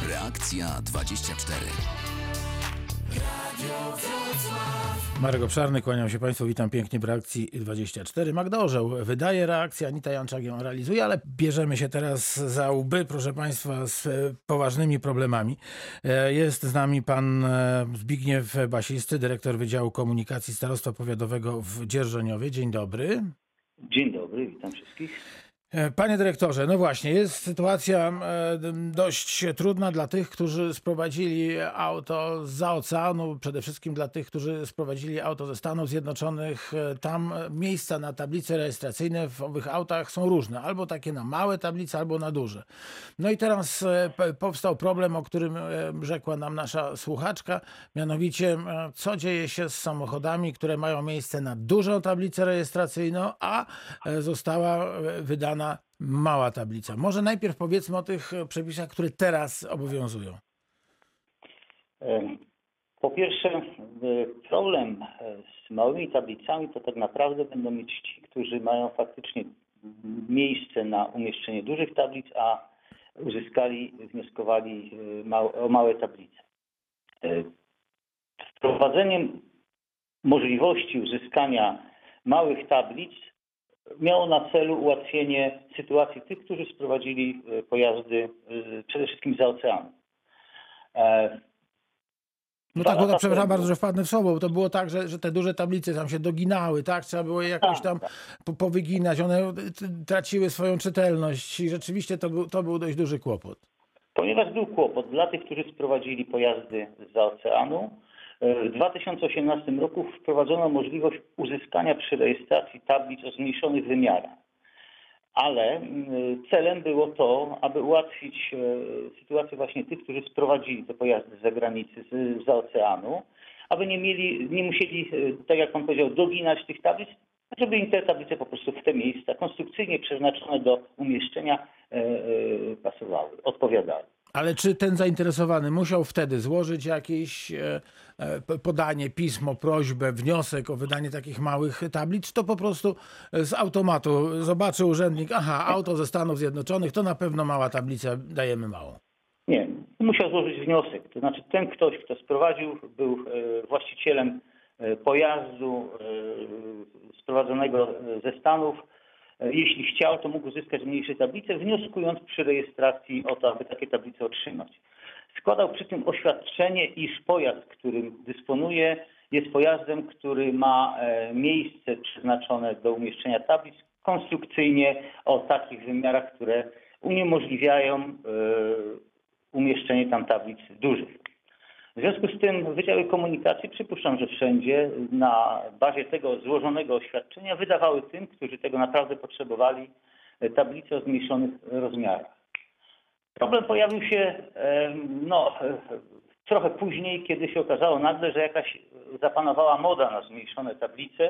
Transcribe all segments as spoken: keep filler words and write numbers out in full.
Reakcja dwadzieścia cztery. Marek Obszarny, kłaniam się Państwu, witam pięknie w Reakcji dwadzieścia cztery. Magda Orzeł wydaje reakcję, Anita Janczak ją realizuje, ale bierzemy się teraz za łby, proszę Państwa, z poważnymi problemami. Jest z nami pan Zbigniew Basisty, dyrektor Wydziału Komunikacji Starostwa Powiatowego w Dzierżoniowie. Dzień dobry. Dzień dobry, witam wszystkich. Panie dyrektorze, no właśnie, jest sytuacja dość trudna dla tych, którzy sprowadzili auto zza oceanu, przede wszystkim dla tych, którzy sprowadzili auto ze Stanów Zjednoczonych. Tam miejsca na tablice rejestracyjne w owych autach są różne, albo takie na małe tablice, albo na duże. No i teraz powstał problem, o którym rzekła nam nasza słuchaczka, mianowicie co dzieje się z samochodami, które mają miejsce na dużą tablicę rejestracyjną, a została wydana mała tablica. Może najpierw powiedzmy o tych przepisach, które teraz obowiązują. Po pierwsze, problem z małymi tablicami to tak naprawdę będą mieć ci, którzy mają faktycznie miejsce na umieszczenie dużych tablic, a uzyskali, wnioskowali o małe tablice. Wprowadzeniem możliwości uzyskania małych tablic miało na celu ułatwienie sytuacji tych, którzy sprowadzili pojazdy przede wszystkim za oceanu. No tak, bo przepraszam bardzo, że wpadnę w słowo, bo to było tak, że, że te duże tablice tam się doginały, tak? Trzeba było je jakoś tam po, powyginać, one traciły swoją czytelność i rzeczywiście to był, to był dość duży kłopot. Ponieważ był kłopot dla tych, którzy sprowadzili pojazdy za oceanu, w dwa tysiące osiemnastym roku wprowadzono możliwość uzyskania przy rejestracji tablic o zmniejszonych wymiarach. Ale celem było to, aby ułatwić sytuację właśnie tych, którzy sprowadzili te pojazdy z zagranicy, z, z oceanu, aby nie mieli, nie musieli, tak jak pan powiedział, doginać tych tablic, żeby im te tablice po prostu w te miejsca konstrukcyjnie przeznaczone do umieszczenia pasowały, odpowiadały. Ale czy ten zainteresowany musiał wtedy złożyć jakieś e, e, podanie, pismo, prośbę, wniosek o wydanie takich małych tablic, czy to po prostu z automatu zobaczył urzędnik, aha, auto ze Stanów Zjednoczonych, to na pewno mała tablica, dajemy małą? Nie, musiał złożyć wniosek. To znaczy ten ktoś, kto sprowadził, był e, właścicielem e, pojazdu e, sprowadzonego ze Stanów. Jeśli chciał, to mógł uzyskać mniejsze tablice, wnioskując przy rejestracji o to, aby takie tablice otrzymać. Składał przy tym oświadczenie, iż pojazd, którym dysponuje, jest pojazdem, który ma miejsce przeznaczone do umieszczenia tablic konstrukcyjnie o takich wymiarach, które uniemożliwiają umieszczenie tam tablic dużych. W związku z tym Wydziały Komunikacji, przypuszczam, że wszędzie na bazie tego złożonego oświadczenia wydawały tym, którzy tego naprawdę potrzebowali, tablice o zmniejszonych rozmiarach. Problem pojawił się no, trochę później, kiedy się okazało nagle, że jakaś zapanowała moda na zmniejszone tablice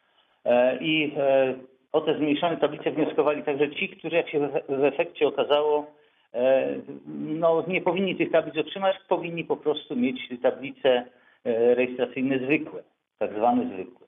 i o te zmniejszone tablice wnioskowali także ci, którzy, jak się w efekcie okazało, no, nie powinni tych tablic otrzymać, powinni po prostu mieć tablice rejestracyjne zwykłe, tak zwane zwykłe.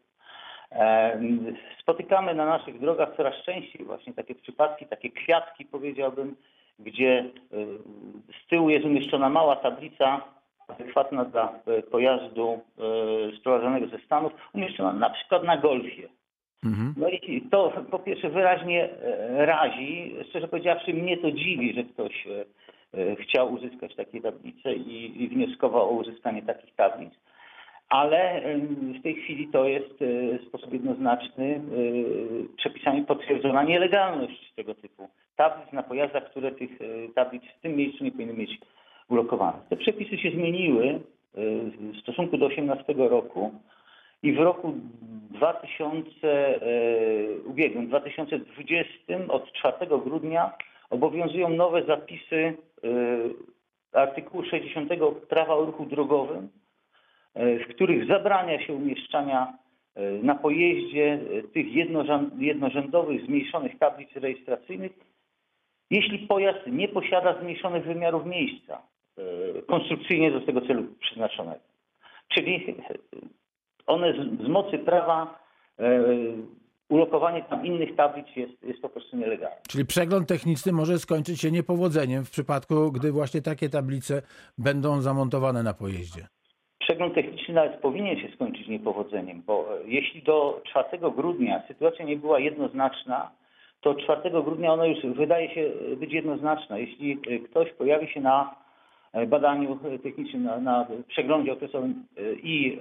Spotykamy na naszych drogach coraz częściej właśnie takie przypadki, takie kwiatki, powiedziałbym, gdzie z tyłu jest umieszczona mała tablica adekwatna dla pojazdu sprowadzonego ze Stanów, umieszczona na przykład na Golfie. No i to po pierwsze wyraźnie razi, szczerze powiedziawszy mnie to dziwi, że ktoś chciał uzyskać takie tablice i, i wnioskował o uzyskanie takich tablic, ale w tej chwili to jest w sposób jednoznaczny przepisami potwierdzona nielegalność tego typu tablic na pojazdach, które tych tablic w tym miejscu nie powinny mieć ulokowane. Te przepisy się zmieniły w stosunku do osiemnastego roku. I w roku dwa tysiące, ubiegłym, dwa tysiące dwudziestym od czwartego grudnia obowiązują nowe zapisy artykułu sześćdziesiątego Prawa o ruchu drogowym, w których zabrania się umieszczania na pojeździe tych jednorzędowych, zmniejszonych tablic rejestracyjnych, jeśli pojazd nie posiada zmniejszonych wymiarów miejsca konstrukcyjnie do tego celu przeznaczonego. Czyli one z, z mocy prawa e, ulokowanie tam innych tablic jest, jest po prostu nielegalne. Czyli przegląd techniczny może skończyć się niepowodzeniem w przypadku, gdy właśnie takie tablice będą zamontowane na pojeździe. Przegląd techniczny nawet powinien się skończyć niepowodzeniem, bo jeśli do czwartego grudnia sytuacja nie była jednoznaczna, to od czwartego grudnia ona już wydaje się być jednoznaczna. Jeśli ktoś pojawi się na badaniu technicznym, na, na przeglądzie okresowym i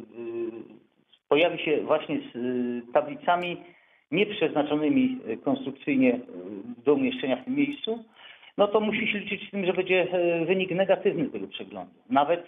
pojawi się właśnie z tablicami nieprzeznaczonymi konstrukcyjnie do umieszczenia w tym miejscu, no to musi się liczyć z tym, że będzie wynik negatywny tego przeglądu. Nawet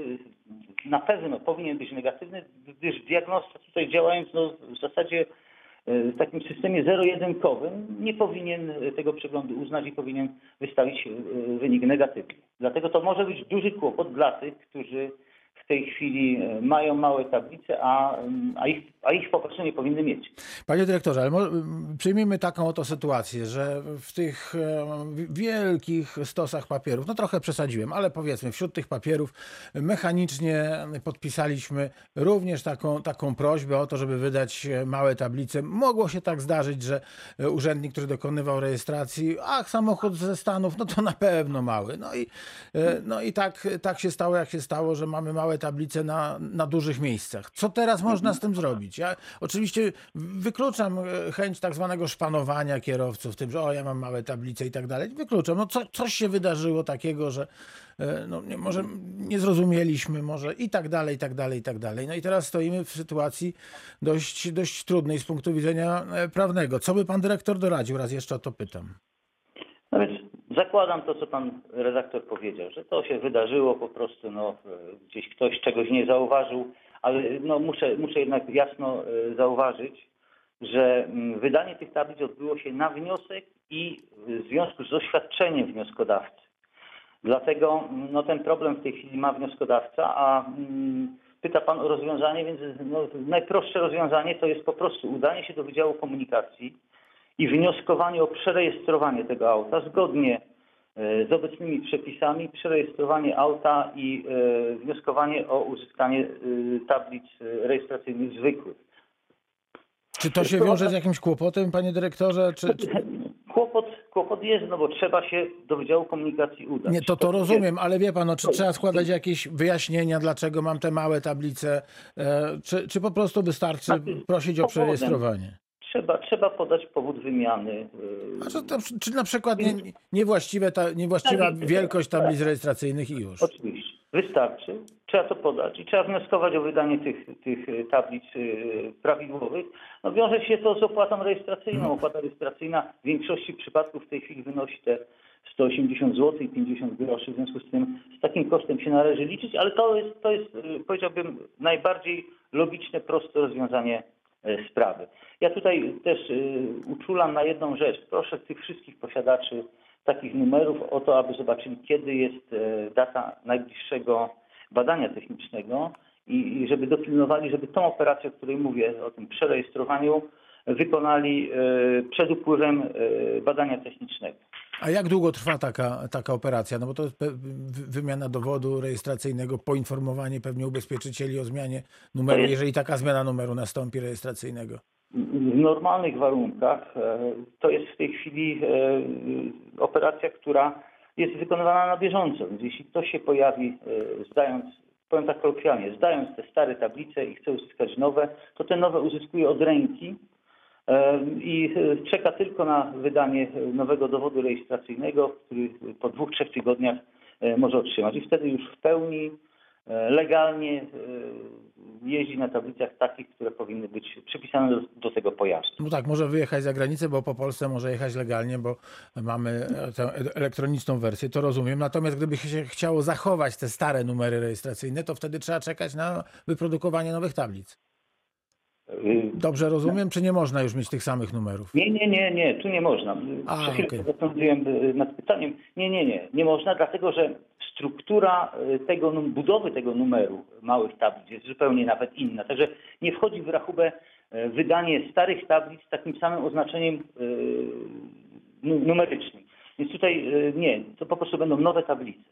na pewno powinien być negatywny, gdyż diagnosta tutaj działając no, w zasadzie w takim systemie zero-jedynkowym nie powinien tego przeglądu uznać i powinien wystawić wynik negatywny. Dlatego to może być duży kłopot dla tych, którzy w tej chwili mają małe tablice, a, a, ich, a ich po prostu nie powinny mieć. Panie dyrektorze, ale przyjmijmy taką oto sytuację, że w tych wielkich stosach papierów, no trochę przesadziłem, ale powiedzmy wśród tych papierów mechanicznie podpisaliśmy również taką, taką prośbę o to, żeby wydać małe tablice. Mogło się tak zdarzyć, że urzędnik, który dokonywał rejestracji, ach, samochód ze Stanów, no to na pewno mały. No i, no i tak, tak się stało, jak się stało, że mamy małe tablice na, na dużych miejscach. Co teraz można z tym zrobić? Ja oczywiście wykluczam chęć tak zwanego szpanowania kierowców, tym, że o, ja mam małe tablice i tak dalej. Wykluczam. No co, coś się wydarzyło takiego, że no, nie, może nie zrozumieliśmy, może i tak dalej, i tak dalej, i tak dalej. No i teraz stoimy w sytuacji dość, dość trudnej z punktu widzenia prawnego. Co by pan dyrektor doradził? Raz jeszcze o to pytam. No więc zakładam to, co pan redaktor powiedział, że to się wydarzyło po prostu, no, gdzieś ktoś czegoś nie zauważył, ale no, muszę, muszę jednak jasno zauważyć, że wydanie tych tablic odbyło się na wniosek i w związku z oświadczeniem wnioskodawcy. Dlatego no, ten problem w tej chwili ma wnioskodawca, a mm, pyta pan o rozwiązanie, więc no, najprostsze rozwiązanie to jest po prostu udanie się do Wydziału Komunikacji i wnioskowanie o przerejestrowanie tego auta zgodnie z obecnymi przepisami, przerejestrowanie auta i wnioskowanie o uzyskanie tablic rejestracyjnych zwykłych. Czy to się wiąże z jakimś kłopotem, panie dyrektorze? Czy, czy... Kłopot, kłopot jest, no bo trzeba się do Wydziału Komunikacji udać. Nie, to to rozumiem, ale wie pan, no, czy trzeba składać jakieś wyjaśnienia, dlaczego mam te małe tablice, czy, czy po prostu wystarczy prosić o przerejestrowanie? Trzeba, trzeba podać powód wymiany. A czy, to, czy na przykład nie, niewłaściwe ta, niewłaściwa wielkość tablic rejestracyjnych i już? Oczywiście. Wystarczy. Trzeba to podać i trzeba wnioskować o wydanie tych, tych tablic prawidłowych. No, wiąże się to z opłatą rejestracyjną. Opłata rejestracyjna w większości przypadków w tej chwili wynosi te sto osiemdziesiąt złotych i pięćdziesiąt groszy. W związku z tym z takim kosztem się należy liczyć, ale to jest, to jest powiedziałbym, najbardziej logiczne, proste rozwiązanie sprawy. Ja tutaj też uczulam na jedną rzecz. Proszę tych wszystkich posiadaczy takich numerów o to, aby zobaczyli, kiedy jest data najbliższego badania technicznego i żeby dopilnowali, żeby tą operację, o której mówię, o tym przerejestrowaniu, wykonali przed upływem badania technicznego. A jak długo trwa taka, taka operacja? No bo to jest wymiana dowodu rejestracyjnego, poinformowanie pewnie ubezpieczycieli o zmianie numeru, jest, jeżeli taka zmiana numeru nastąpi rejestracyjnego. W normalnych warunkach to jest w tej chwili operacja, która jest wykonywana na bieżąco. Więc jeśli ktoś się pojawi, zdając, powiem tak kolokwialnie, zdając te stare tablice i chce uzyskać nowe, to te nowe uzyskuje od ręki i czeka tylko na wydanie nowego dowodu rejestracyjnego, który po dwóch, trzech tygodniach może otrzymać. I wtedy już w pełni legalnie jeździ na tablicach takich, które powinny być przypisane do, do tego pojazdu. No tak, może wyjechać za granicę, bo po Polsce może jechać legalnie, bo mamy tę elektroniczną wersję, to rozumiem. Natomiast gdyby się chciało zachować te stare numery rejestracyjne, to wtedy trzeba czekać na wyprodukowanie nowych tablic. Dobrze rozumiem, czy nie można już mieć tych samych numerów? Nie, nie, nie, nie, tu nie można. Przed chwilą okay. zastanowiłem nad pytaniem. Nie, nie, nie, nie można, dlatego że struktura tego, budowy tego numeru małych tablic jest zupełnie nawet inna. Także nie wchodzi w rachubę wydanie starych tablic z takim samym oznaczeniem numerycznym. Więc tutaj nie, to po prostu będą nowe tablice.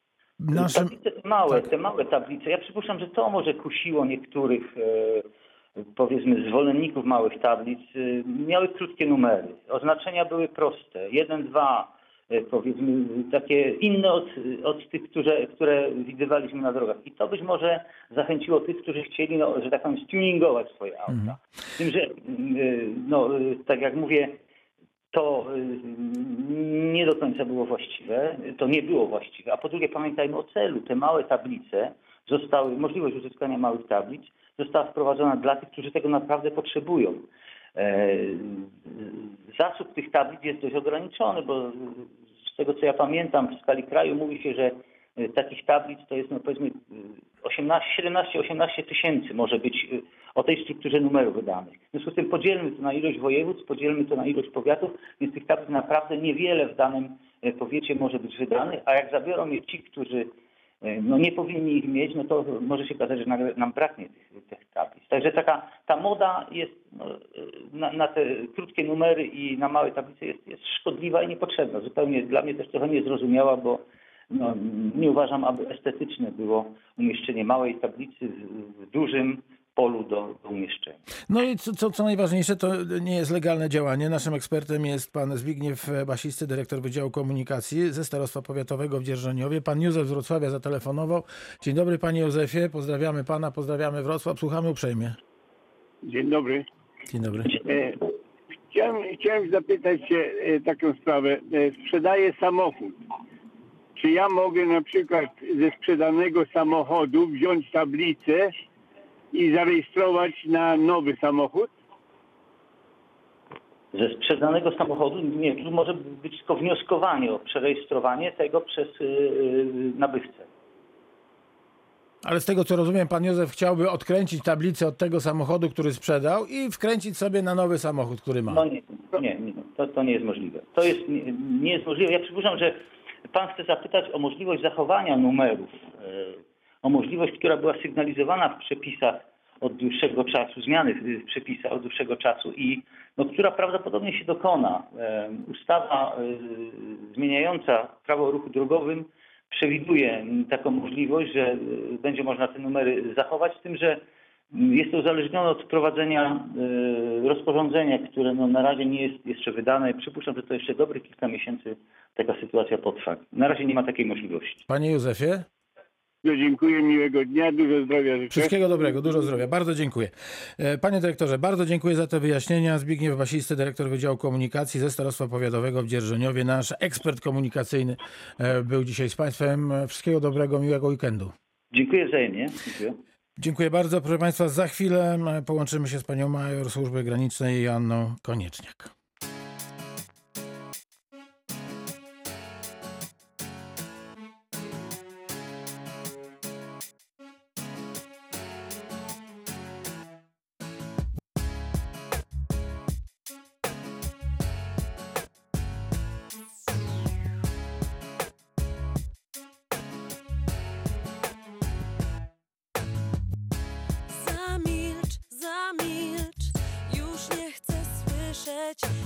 Naszym... Tablice te małe, tak. te małe tablice, ja przypuszczam, że to może kusiło niektórych powiedzmy zwolenników małych tablic y, miały krótkie numery. Oznaczenia były proste. jeden, dwa, y, powiedzmy takie inne od, od tych, które, które widywaliśmy na drogach. I to być może zachęciło tych, którzy chcieli, no, że tak powiem, tuningować swoje auta. Mhm. Z tym, że y, no, y, tak jak mówię, to y, nie do końca było właściwe, to nie było właściwe. A po drugie pamiętajmy o celu. Te małe tablice zostały, możliwość uzyskania małych tablic została wprowadzona dla tych, którzy tego naprawdę potrzebują. E, zasób tych tablic jest dość ograniczony, bo z tego co ja pamiętam w skali kraju mówi się, że takich tablic to jest no powiedzmy osiemnaście, siedemnaście, osiemnaście tysięcy może być o tej strukturze numerów wydanych. W związku z tym podzielmy to na ilość województw, podzielmy to na ilość powiatów, więc tych tablic naprawdę niewiele w danym powiecie może być wydanych, a jak zabiorą je ci, którzy no nie powinni ich mieć, no to może się okazać, że nagle nam braknie tych, tych tablic. Także taka ta moda jest no, na, na te krótkie numery i na małe tablice jest, jest szkodliwa i niepotrzebna. Zupełnie dla mnie też trochę niezrozumiała, bo no, nie uważam, aby estetyczne było umieszczenie małej tablicy w, w dużym polu do, do umieszczenia. No i co, co, co najważniejsze, to nie jest legalne działanie. Naszym ekspertem jest pan Zbigniew Basisty, dyrektor Wydziału Komunikacji ze Starostwa Powiatowego w Dzierżoniowie. Pan Józef z Wrocławia zatelefonował. Dzień dobry panie Józefie, pozdrawiamy pana, pozdrawiamy Wrocław, słuchamy uprzejmie. Dzień dobry. Dzień dobry. E, chciałem, chciałem zapytać się e, taką sprawę. E, sprzedaję samochód. Czy ja mogę na przykład ze sprzedanego samochodu wziąć tablicę i zarejestrować na nowy samochód? Ze sprzedanego samochodu nie, tu może być tylko wnioskowanie o przerejestrowanie tego przez yy, nabywcę. Ale z tego co rozumiem, pan Józef chciałby odkręcić tablicę od tego samochodu, który sprzedał i wkręcić sobie na nowy samochód, który ma. No nie, nie, nie to, to nie jest możliwe. To jest, nie, nie jest możliwe. Ja przypuszczam, że pan chce zapytać o możliwość zachowania numerów, yy, o możliwość, która była sygnalizowana w przepisach od dłuższego czasu, zmiany w przepisach od dłuższego czasu i no, która prawdopodobnie się dokona. E, ustawa e, zmieniająca prawo o ruchu drogowym przewiduje taką możliwość, że e, będzie można te numery zachować, z tym, że jest to uzależnione od wprowadzenia e, rozporządzenia, które no, na razie nie jest jeszcze wydane. Przypuszczam, że to jeszcze dobrych kilka miesięcy taka sytuacja potrwa. Na razie nie ma takiej możliwości. Panie Józefie? No, dziękuję, miłego dnia, dużo zdrowia życzę. Wszystkiego dobrego, dużo zdrowia. Bardzo dziękuję. Panie dyrektorze, bardzo dziękuję za te wyjaśnienia. Zbigniew Basisty, dyrektor Wydziału Komunikacji ze Starostwa Powiatowego w Dzierżoniowie. Nasz ekspert komunikacyjny był dzisiaj z państwem. Wszystkiego dobrego, miłego weekendu. Dziękuję wzajemnie. Dziękuję. Dziękuję bardzo. Proszę państwa, za chwilę połączymy się z panią major Służby Granicznej Joanną Konieczniak. Zamilcz, zamilcz, już nie chcę słyszeć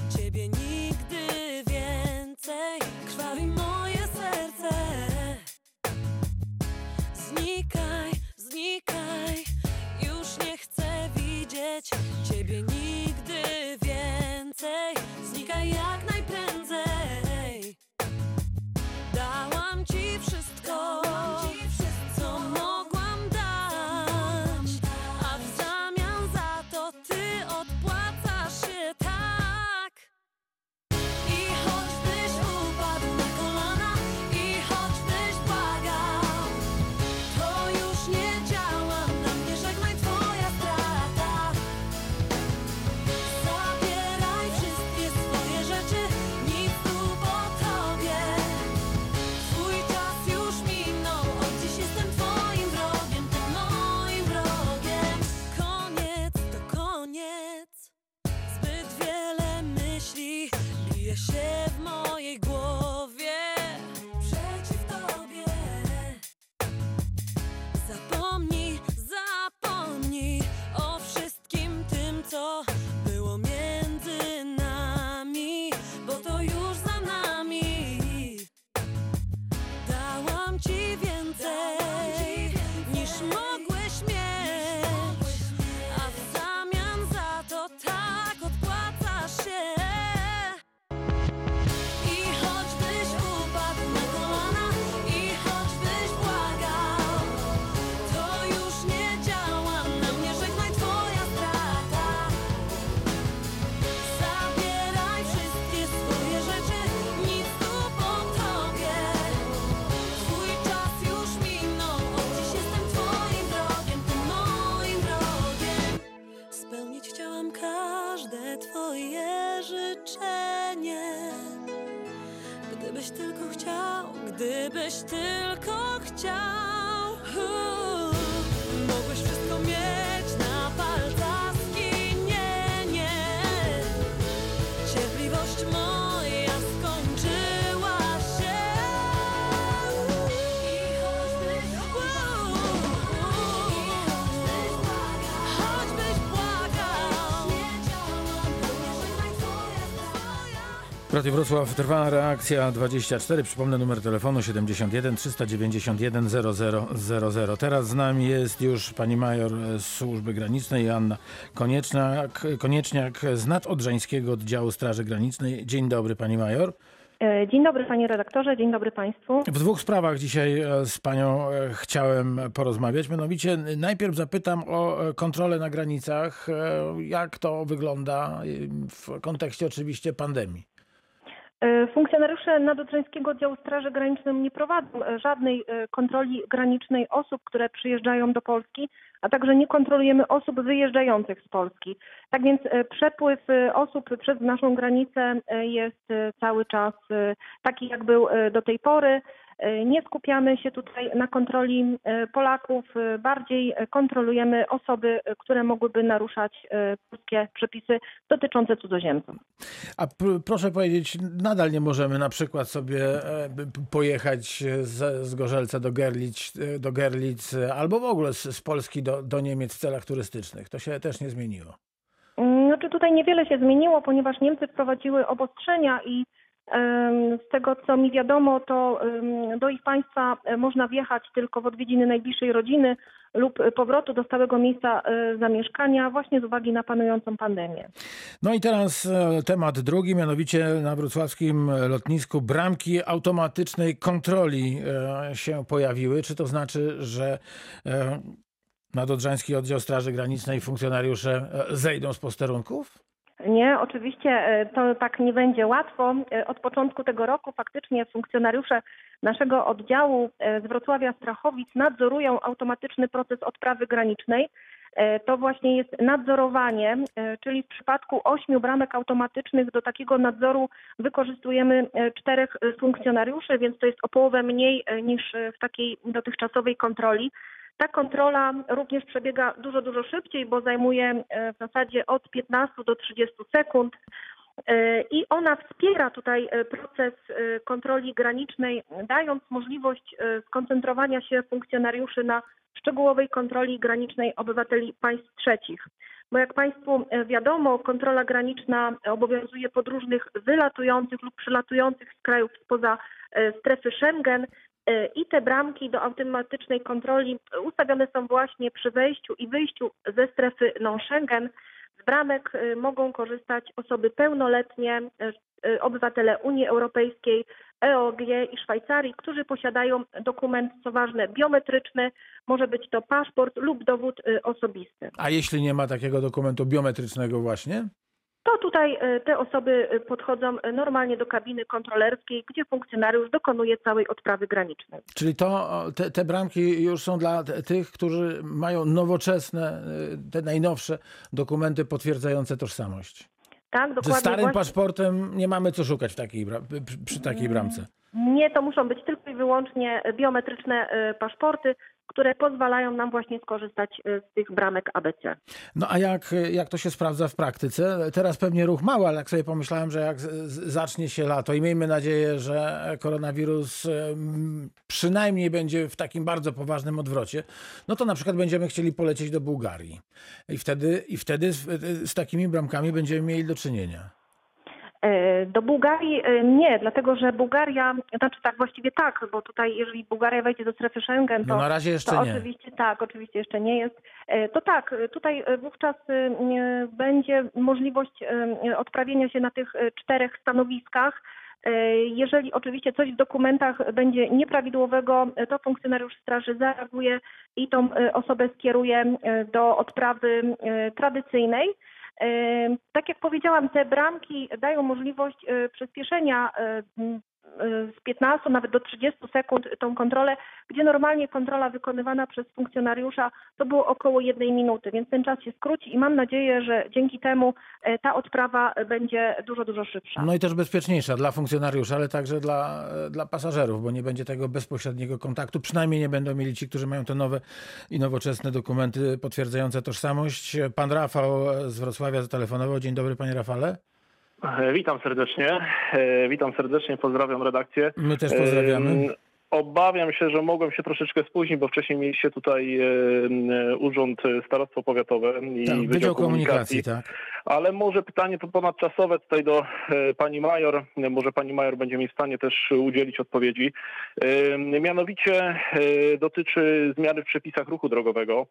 tylko chciał, gdybyś tylko chciał, uh, mogłeś wszystko mieć na palcach skinienie. Cierpliwość moja skończyła się. I choćbyś choćbyś płakał, Radio Wrocław, trwa reakcja dwadzieścia cztery. Przypomnę numer telefonu siedemdziesiąt jeden trzysta dziewięćdziesiąt jeden zero zero zero zero. Teraz z nami jest już pani major z Służby Granicznej Joanna Konieczniak, Konieczniak z Nadodrzańskiego Oddziału Straży Granicznej. Dzień dobry pani major. Dzień dobry panie redaktorze, dzień dobry państwu. W dwóch sprawach dzisiaj z panią chciałem porozmawiać. Mianowicie najpierw zapytam o kontrolę na granicach. Jak to wygląda w kontekście oczywiście pandemii? Funkcjonariusze Nadodrzańskiego Oddziału Straży Granicznej nie prowadzą żadnej kontroli granicznej osób, które przyjeżdżają do Polski, a także nie kontrolujemy osób wyjeżdżających z Polski. Tak więc przepływ osób przez naszą granicę jest cały czas taki, jak był do tej pory. Nie skupiamy się tutaj na kontroli Polaków, bardziej kontrolujemy osoby, które mogłyby naruszać polskie przepisy dotyczące cudzoziemców. A pr- proszę powiedzieć, nadal nie możemy na przykład sobie pojechać z, z Gorzelca do Gerlitz, do Gerlitz albo w ogóle z, z Polski do, do Niemiec w celach turystycznych. To się też nie zmieniło. Znaczy tutaj niewiele się zmieniło, ponieważ Niemcy wprowadziły obostrzenia i z tego, co mi wiadomo, to do ich państwa można wjechać tylko w odwiedziny najbliższej rodziny lub powrotu do stałego miejsca zamieszkania właśnie z uwagi na panującą pandemię. No i teraz temat drugi, mianowicie na wrocławskim lotnisku bramki automatycznej kontroli się pojawiły. Czy to znaczy, że Nadodrzański Oddział Straży Granicznej funkcjonariusze zejdą z posterunków? Nie, oczywiście to tak nie będzie łatwo. Od początku tego roku faktycznie funkcjonariusze naszego oddziału z Wrocławia Strachowic nadzorują automatyczny proces odprawy granicznej. To właśnie jest nadzorowanie, czyli w przypadku ośmiu bramek automatycznych do takiego nadzoru wykorzystujemy czterech funkcjonariuszy, więc to jest o połowę mniej niż w takiej dotychczasowej kontroli. Ta kontrola również przebiega dużo, dużo szybciej, bo zajmuje w zasadzie od piętnastu do trzydziestu sekund i ona wspiera tutaj proces kontroli granicznej, dając możliwość skoncentrowania się funkcjonariuszy na szczegółowej kontroli granicznej obywateli państw trzecich. Bo jak państwu wiadomo, kontrola graniczna obowiązuje podróżnych wylatujących lub przylatujących z krajów spoza strefy Schengen. I te bramki do automatycznej kontroli ustawione są właśnie przy wejściu i wyjściu ze strefy non-Schengen. Z bramek mogą korzystać osoby pełnoletnie, obywatele Unii Europejskiej, E O G i Szwajcarii, którzy posiadają dokument, co ważne, biometryczny. Może być to paszport lub dowód osobisty. A jeśli nie ma takiego dokumentu biometrycznego właśnie? To tutaj te osoby podchodzą normalnie do kabiny kontrolerskiej, gdzie funkcjonariusz dokonuje całej odprawy granicznej. Czyli to te, te bramki już są dla tych, którzy mają nowoczesne, te najnowsze dokumenty potwierdzające tożsamość. Tak, dokładnie. Ze starym właśnie. paszportem nie mamy co szukać w takiej, przy, przy takiej bramce. Nie, to muszą być tylko i wyłącznie biometryczne paszporty, które pozwalają nam właśnie skorzystać z tych bramek A B C. No a jak, jak to się sprawdza w praktyce? Teraz pewnie ruch mały, ale jak sobie pomyślałem, że jak zacznie się lato i miejmy nadzieję, że koronawirus przynajmniej będzie w takim bardzo poważnym odwrocie, no to na przykład będziemy chcieli polecieć do Bułgarii. I wtedy, i wtedy z, z takimi bramkami będziemy mieli do czynienia. Do Bułgarii nie, dlatego że Bułgaria, znaczy tak, właściwie tak, bo tutaj jeżeli Bułgaria wejdzie do strefy Schengen, to, no na razie jeszcze to nie. oczywiście tak, oczywiście jeszcze nie jest. To tak, tutaj wówczas będzie możliwość odprawienia się na tych czterech stanowiskach. Jeżeli oczywiście coś w dokumentach będzie nieprawidłowego, to funkcjonariusz straży zareaguje i tą osobę skieruje do odprawy tradycyjnej. Tak jak powiedziałam, te bramki dają możliwość przyspieszenia z piętnastu nawet do trzydziestu sekund tą kontrolę, gdzie normalnie kontrola wykonywana przez funkcjonariusza to było około jednej minuty, więc ten czas się skróci i mam nadzieję, że dzięki temu ta odprawa będzie dużo, dużo szybsza. No i też bezpieczniejsza dla funkcjonariuszy, ale także dla, dla pasażerów, bo nie będzie tego bezpośredniego kontaktu. Przynajmniej nie będą mieli ci, którzy mają te nowe i nowoczesne dokumenty potwierdzające tożsamość. Pan Rafał z Wrocławia zatelefonował. Dzień dobry, panie Rafale. Witam serdecznie. Witam serdecznie, pozdrawiam redakcję. My też pozdrawiamy. Obawiam się, że mogłem się troszeczkę spóźnić, bo wcześniej mieliście tutaj Urząd Starostwo Powiatowe i Tak, Wydział, Wydział Komunikacji. Komunikacji, tak. Ale może pytanie to ponadczasowe tutaj do pani major. Może pani major będzie mi w stanie też udzielić odpowiedzi. Mianowicie dotyczy zmiany w przepisach ruchu drogowego.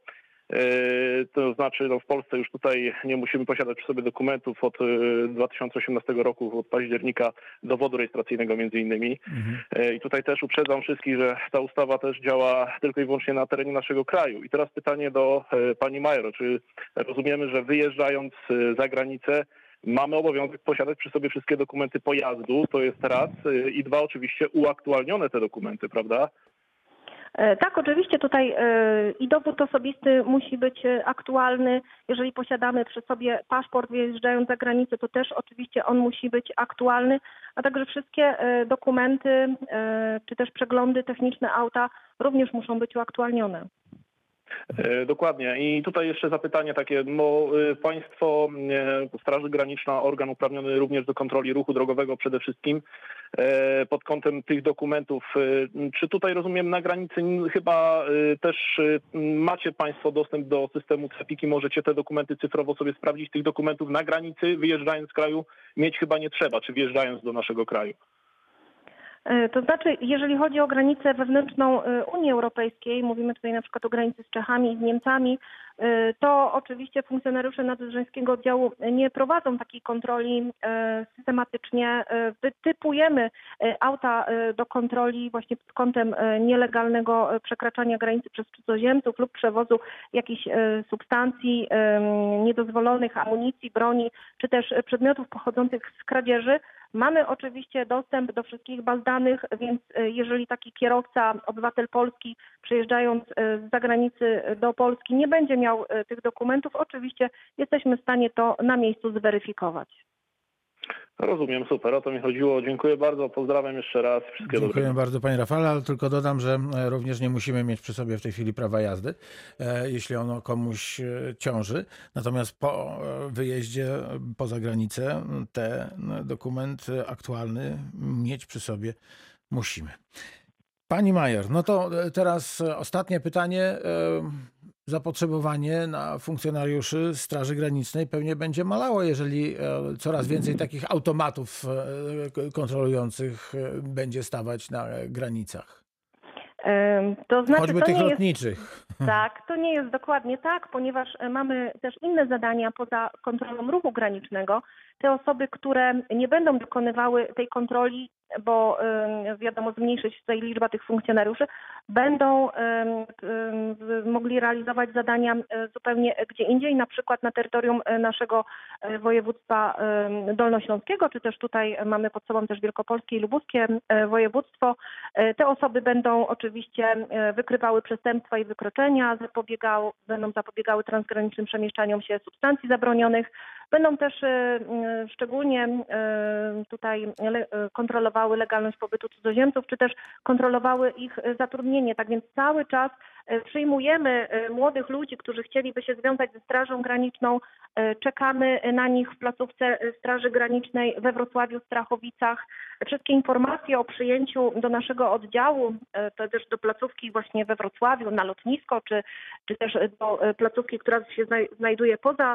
To znaczy no w Polsce już tutaj nie musimy posiadać przy sobie dokumentów od dwa tysiące osiemnastego roku, od października, dowodu rejestracyjnego między innymi. Mhm. I tutaj też uprzedzam wszystkich, że ta ustawa też działa tylko i wyłącznie na terenie naszego kraju. I teraz pytanie do pani major, czy rozumiemy, że wyjeżdżając za granicę mamy obowiązek posiadać przy sobie wszystkie dokumenty pojazdu, to jest raz, i dwa oczywiście uaktualnione te dokumenty, prawda? Tak, oczywiście tutaj i dowód osobisty musi być aktualny. Jeżeli posiadamy przy sobie paszport wyjeżdżając za granicę, to też oczywiście on musi być aktualny, a także wszystkie dokumenty czy też przeglądy techniczne auta również muszą być uaktualnione. Dokładnie. I tutaj jeszcze zapytanie takie, bo państwo, Straż Graniczna, organ uprawniony również do kontroli ruchu drogowego przede wszystkim pod kątem tych dokumentów. Czy tutaj rozumiem na granicy chyba też macie państwo dostęp do systemu CEPiK i możecie te dokumenty cyfrowo sobie sprawdzić? Tych dokumentów na granicy wyjeżdżając z kraju mieć chyba nie trzeba, czy wjeżdżając do naszego kraju? To znaczy, jeżeli chodzi o granicę wewnętrzną Unii Europejskiej, mówimy tutaj na przykład o granicy z Czechami i z Niemcami, to oczywiście funkcjonariusze Nadodrzańskiego Oddziału nie prowadzą takiej kontroli systematycznie. Wytypujemy auta do kontroli właśnie pod kątem nielegalnego przekraczania granicy przez cudzoziemców lub przewozu jakichś substancji niedozwolonych, amunicji, broni, czy też przedmiotów pochodzących z kradzieży. Mamy oczywiście dostęp do wszystkich baz danych, więc jeżeli taki kierowca, obywatel Polski przyjeżdżając z zagranicy do Polski nie będzie miał tych dokumentów, oczywiście jesteśmy w stanie to na miejscu zweryfikować. Rozumiem, super, o to mi chodziło. Dziękuję bardzo, pozdrawiam jeszcze raz. Wszystkiego Dziękuję dobrego. bardzo, panie Rafale, ale tylko dodam, że również nie musimy mieć przy sobie w tej chwili prawa jazdy, jeśli ono komuś ciąży. Natomiast po wyjeździe poza granicę ten dokument aktualny mieć przy sobie musimy. Pani major, no to teraz ostatnie pytanie. Zapotrzebowanie na funkcjonariuszy Straży Granicznej pewnie będzie malało, jeżeli coraz więcej takich automatów kontrolujących będzie stawać na granicach. To znaczy, Choćby to tych nie lotniczych. Jest, tak, to nie jest dokładnie tak, ponieważ mamy też inne zadania poza kontrolą ruchu granicznego. Te osoby, które nie będą dokonywały tej kontroli, bo wiadomo, zmniejszyć tutaj liczba tych funkcjonariuszy, będą mogli realizować zadania zupełnie gdzie indziej, na przykład na terytorium naszego województwa dolnośląskiego, czy też tutaj mamy pod sobą też wielkopolskie i lubuskie województwo. Te osoby będą oczywiście wykrywały przestępstwa i wykroczenia, zapobiegały, będą zapobiegały transgranicznym przemieszczaniom się substancji zabronionych, będą też szczególnie tutaj kontrolowały legalność pobytu cudzoziemców, czy też kontrolowały ich zatrudnienie. Tak więc cały czas przyjmujemy młodych ludzi, którzy chcieliby się związać ze Strażą Graniczną. Czekamy na nich w placówce Straży Granicznej we Wrocławiu, Strachowicach. Wszystkie informacje o przyjęciu do naszego oddziału, to też do placówki właśnie we Wrocławiu, na lotnisko, czy, czy też do placówki, która się znajduje poza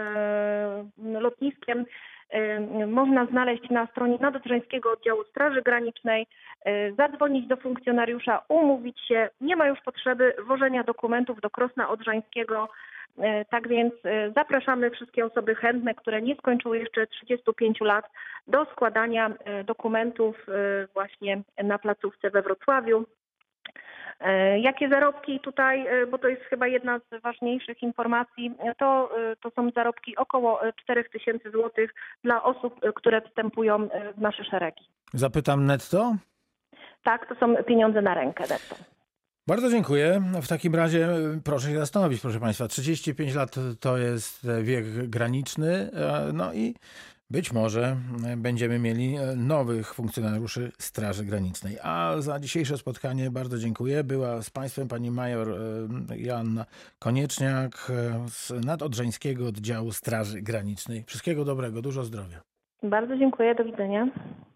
lotniskiem, można znaleźć na stronie Nadodrzańskiego Oddziału Straży Granicznej, zadzwonić do funkcjonariusza, umówić się. Nie ma już potrzeby wożenia dokumentów do Krosna Odrzańskiego. Tak więc zapraszamy wszystkie osoby chętne, które nie skończyły jeszcze trzydziestu pięciu lat, do składania dokumentów właśnie na placówce we Wrocławiu. E, Jakie zarobki tutaj, e, bo to jest chyba jedna z ważniejszych informacji, e, to, e, to są zarobki około e, cztery tysiące złotych dla osób, e, które wstępują e, w nasze szeregi. Zapytam netto? Tak, to są pieniądze na rękę netto. Bardzo dziękuję. W takim razie e, proszę się zastanowić, proszę Państwa. trzydzieści pięć lat to jest e, wiek graniczny, e, no i być może e, będziemy mieli e, nowych funkcjonariuszy Straży Granicznej. A za dzisiejsze spotkanie bardzo dziękuję. Była z Państwem pani major e, Joanna Konieczniak e, z Nadodrzańskiego Oddziału Straży Granicznej. Wszystkiego dobrego, dużo zdrowia. Bardzo dziękuję, do widzenia.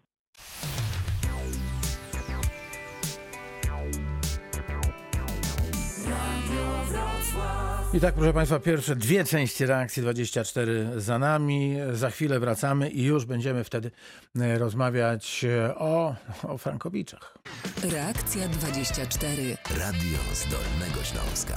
I tak, proszę Państwa, pierwsze dwie części Reakcji dwadzieścia cztery za nami. Za chwilę wracamy i już będziemy wtedy e, rozmawiać e, o, o Frankowiczach. Reakcja dwadzieścia cztery. Radio z Dolnego Śląska.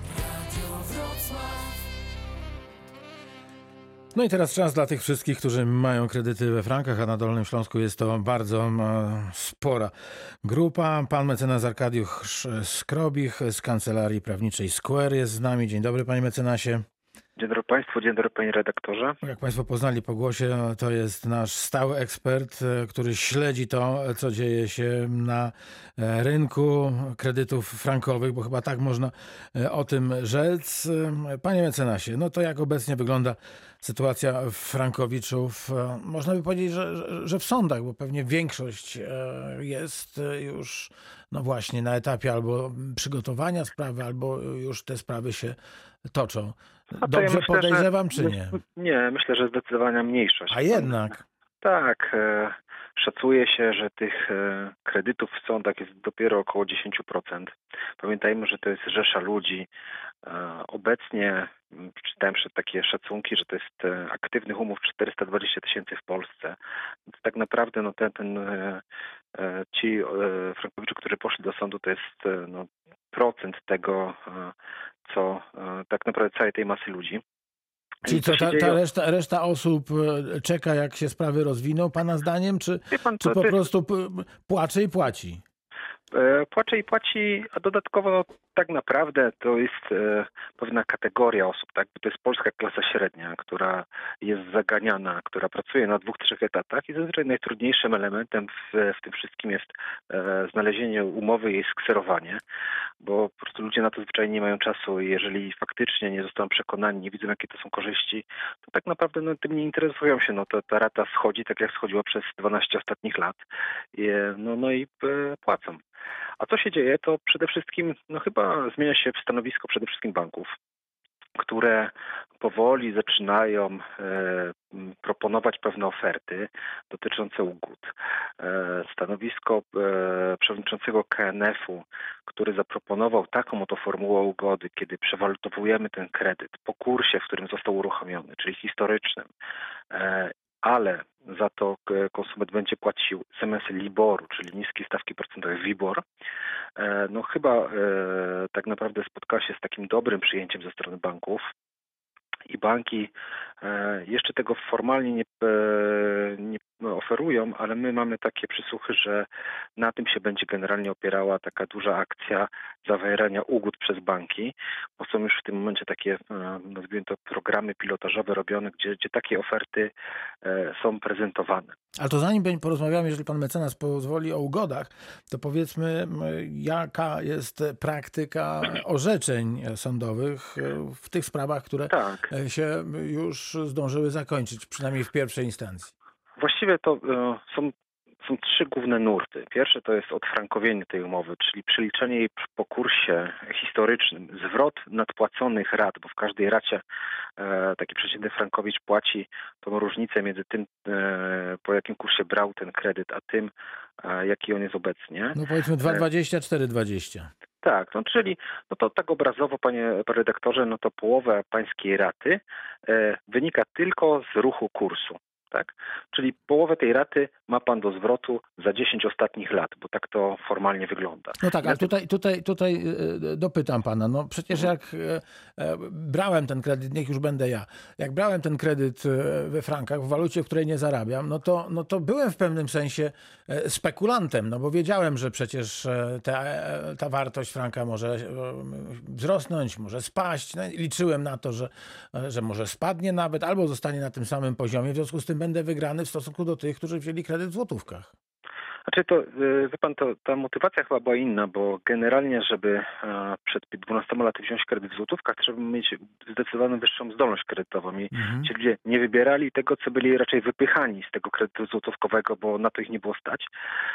No i teraz czas dla tych wszystkich, którzy mają kredyty we frankach, a na Dolnym Śląsku jest to bardzo e, spora grupa. Pan mecenas Arkadiusz Skrobich z Kancelarii Prawniczej Square jest z nami. Dzień dobry, panie mecenasie. Dzień dobry Państwu, dzień dobry Panie redaktorze. Jak Państwo poznali po głosie, to jest nasz stały ekspert, e, który śledzi to, co dzieje się na e, rynku kredytów frankowych, bo chyba tak można e, o tym rzec. E, Panie mecenasie, no to jak obecnie wygląda sytuacja Frankowiczów? E, Można by powiedzieć, że, że- że w sądach, bo pewnie większość e, jest e, już no właśnie na etapie albo przygotowania sprawy, albo już te sprawy się toczą. A to ja Dobrze myślę, że- podejrzewam, czy nie? Nie, myślę, że zdecydowana mniejszość. A jednak. Tak, e, szacuje się, że tych e, kredytów w sądach jest dopiero około dziesięć procent. Pamiętajmy, że to jest rzesza ludzi. E, obecnie m, przeczytałem że takie szacunki, że to jest e, aktywnych umów czterysta dwadzieścia tysięcy w Polsce. Więc tak naprawdę no, ten, ten, e, e, ci e, frankowicze, którzy poszli do sądu, to jest e, no, procent tego, e, co e, tak naprawdę całej tej masy ludzi. Czyli I to co, się ta, dzieje- ta reszta, reszta osób e, czeka, jak się sprawy rozwiną, pana zdaniem, czy, Wie pan, czy to- po to jest- prostu p- płacze i płaci? E, Płacze i płaci, a dodatkowo no, tak naprawdę to jest e, pewna kategoria osób, tak? Bo to jest polska klasa średnia, która jest zaganiana, która pracuje na dwóch, trzech etatach i zazwyczaj najtrudniejszym elementem w, w tym wszystkim jest e, znalezienie umowy i jej skserowanie, bo po prostu ludzie na to zwyczajnie nie mają czasu i jeżeli faktycznie nie zostaną przekonani, nie widzą jakie to są korzyści, to tak naprawdę no, tym nie interesują się. No, to, ta rata schodzi tak jak schodziła przez dwanaście ostatnich lat. I, e, no, no i e, płacą. A co się dzieje, to przede wszystkim, no chyba zmienia się stanowisko przede wszystkim banków, które powoli zaczynają e, m, proponować pewne oferty dotyczące ugód. E, stanowisko e, przewodniczącego K N F-u, który zaproponował taką oto formułę ugody, kiedy przewalutowujemy ten kredyt po kursie, w którym został uruchomiony, czyli historycznym, e, ale za to e, konsument będzie płacił zamiast Liboru, czyli niskiej stawki procentowej WIBOR, e, no chyba e, tak naprawdę spotkała się z takim dobrym przyjęciem ze strony banków i banki e, jeszcze tego formalnie nie, e, nie oferują, ale my mamy takie przysłuchy, że na tym się będzie generalnie opierała taka duża akcja zawierania ugód przez banki, bo są już w tym momencie takie, e, nazwijmy to, programy pilotażowe robione, gdzie, gdzie takie oferty e, są prezentowane. Ale to zanim będzie- porozmawiamy, jeżeli pan mecenas pozwoli, o ugodach, to powiedzmy, m, jaka jest praktyka orzeczeń sądowych e, w tych sprawach, które Tak. e, się już zdążyły zakończyć, przynajmniej w pierwszej instancji. Właściwie to e, są, są trzy główne nurty. Pierwsze to jest odfrankowienie tej umowy, czyli przeliczenie jej po kursie historycznym, zwrot nadpłaconych rat, bo w każdej racie e, taki przeciętny frankowicz płaci tą różnicę między tym, e, po jakim kursie brał ten kredyt, a tym, e, jaki on jest obecnie. No powiedzmy dwa dwadzieścia, cztery dwadzieścia. Tak, no czyli no to tak obrazowo, panie redaktorze, no to połowa pańskiej raty e, wynika tylko z ruchu kursu. tak? Czyli połowę tej raty ma pan do zwrotu za dziesięć ostatnich lat, bo tak to formalnie wygląda. No tak, I ale na tym- tutaj, tutaj, tutaj e, dopytam pana. No przecież jak e, e, brałem ten kredyt, niech już będę ja, jak brałem ten kredyt e, we frankach, w walucie, w której nie zarabiam, no to, no to byłem w pewnym sensie e, spekulantem, no bo wiedziałem, że przecież e, ta, e, ta wartość franka może e, wzrosnąć, może spaść. No, i liczyłem na to, że, e, że może spadnie nawet, albo zostanie na tym samym poziomie, w związku z tym będę wygrany w stosunku do tych, którzy wzięli kredyt w złotówkach. Znaczy to, y, wie pan, to, ta motywacja chyba była inna, bo generalnie, żeby e, przed dwunastoma laty wziąć kredyt w złotówkach, trzeba mieć zdecydowanie wyższą zdolność kredytową. I Mhm. ci ludzie nie wybierali tego, co byli raczej wypychani z tego kredytu złotówkowego, bo na to ich nie było stać.